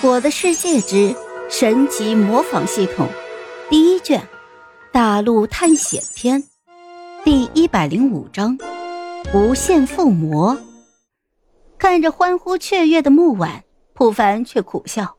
我的世界之神级模仿系统第一卷大陆探险篇第105章无限附魔。看着欢呼雀跃的木婉，普凡却苦笑。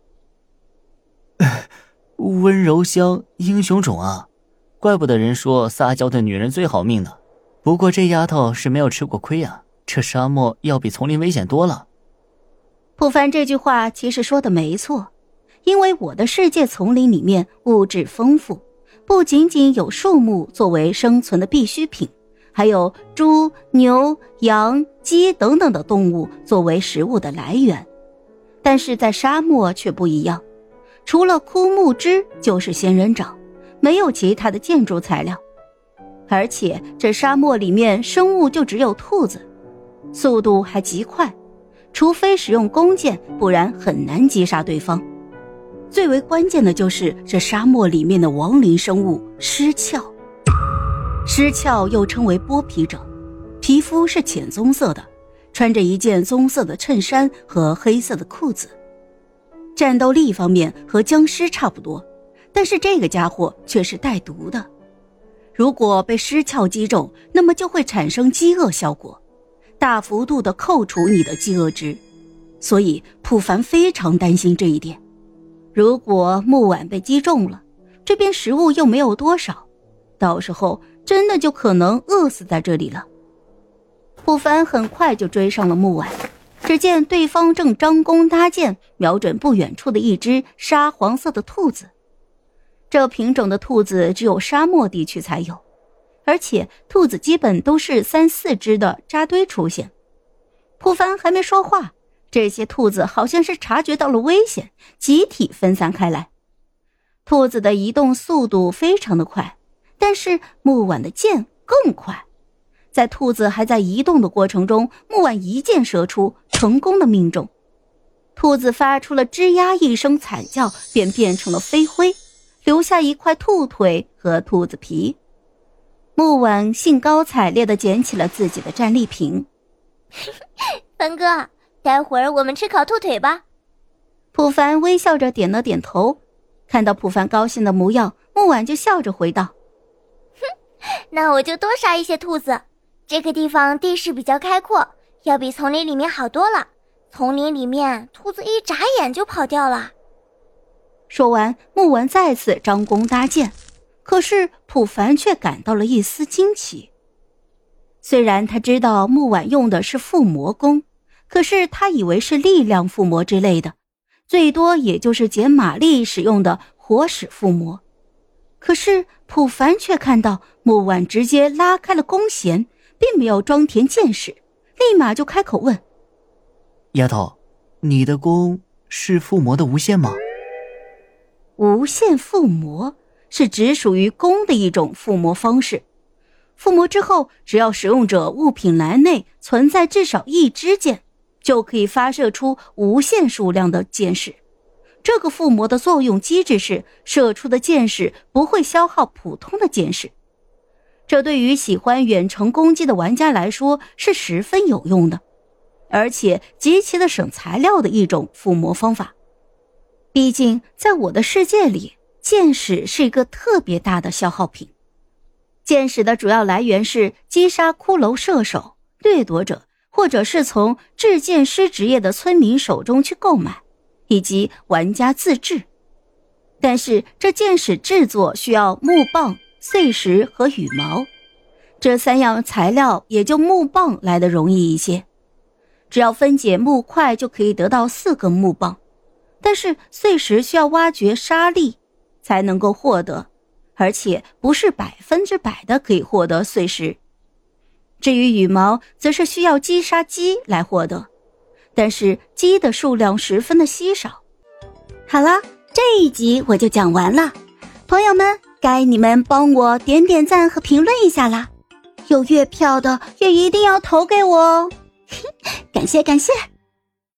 温柔乡英雄种啊，怪不得人说撒娇的女人最好命呢。不过这丫头是没有吃过亏啊，这沙漠要比丛林危险多了。 普凡这句话其实说的没错，因为我的世界丛林里面物质丰富，不仅仅有树木作为生存的必需品，还有猪、牛、羊、鸡等等的动物作为食物的来源。但是在沙漠却不一样，除了枯木枝就是仙人掌，没有其他的建筑材料。而且这沙漠里面生物就只有兔子，速度还极快，除非使用弓箭，不然很难击杀对方。最为关键的就是这沙漠里面的亡灵生物狮鞘。狮鞘又称为剥皮者，皮肤是浅棕色的，穿着一件棕色的衬衫和黑色的裤子。战斗力方面和僵尸差不多，但是这个家伙却是带毒的。如果被狮鞘击中，那么就会产生饥饿效果，大幅度地扣除你的饥饿值。所以普凡非常担心这一点。如果木婉被击中了，这边食物又没有多少，到时候真的就可能饿死在这里了。普凡很快就追上了木婉，只见对方正张弓搭箭，瞄准不远处的一只沙黄色的兔子。这品种的兔子只有沙漠地区才有，而且兔子基本都是3、4只的扎堆出现。普凡还没说话，这些兔子好像是察觉到了危险，集体分散开来。兔子的移动速度非常的快，但是木婉的箭更快。在兔子还在移动的过程中，木婉一箭射出，成功的命中。兔子发出了吱呀一声惨叫，便变成了飞灰，留下一块兔腿和兔子皮。木婉兴高采烈地捡起了自己的战利品。 凡哥，待会儿我们吃烤兔腿吧。 普凡微笑着点了点头，看到普凡高兴的模样，木婉就笑着回道： 那我就多杀一些兔子，这个地方地势比较开阔，要比丛林里面好多了。丛林里面兔子一眨眼就跑掉了。 说完，木婉再次张弓搭箭，可是普凡却感到了一丝惊奇。虽然他知道木婉用的是附魔弓，可是他以为是力量附魔之类的，最多也就是减马力使用的火矢附魔。可是普凡却看到木婉直接拉开了弓弦，并没有装填箭矢，立马就开口问： 丫头，你的弓是附魔的无限吗？ 无限附魔是只属于弓的一种附魔方式。附魔之后，只要使用者物品栏内存在至少1支箭，就可以发射出无限数量的箭矢。这个附魔的作用机制是，射出的箭矢不会消耗普通的箭矢。这对于喜欢远程攻击的玩家来说是十分有用的，而且极其的省材料的一种附魔方法。毕竟在我的世界里，箭矢是一个特别大的消耗品。箭矢的主要来源是击杀骷髅射手、掠夺者，或者是从制箭师职业的村民手中去购买，以及玩家自制。但是这箭矢制作需要木棒、碎石和羽毛，这3样材料也就木棒来得容易一些。只要分解木块就可以得到4根木棒，但是碎石需要挖掘沙砾才能够获得，而且不是100%的可以获得碎石。至于羽毛，则是需要击杀鸡来获得，但是鸡的数量十分的稀少。好了，这一集我就讲完了，朋友们，该你们帮我点点赞和评论一下啦，有月票的也一定要投给我哦，感谢感谢。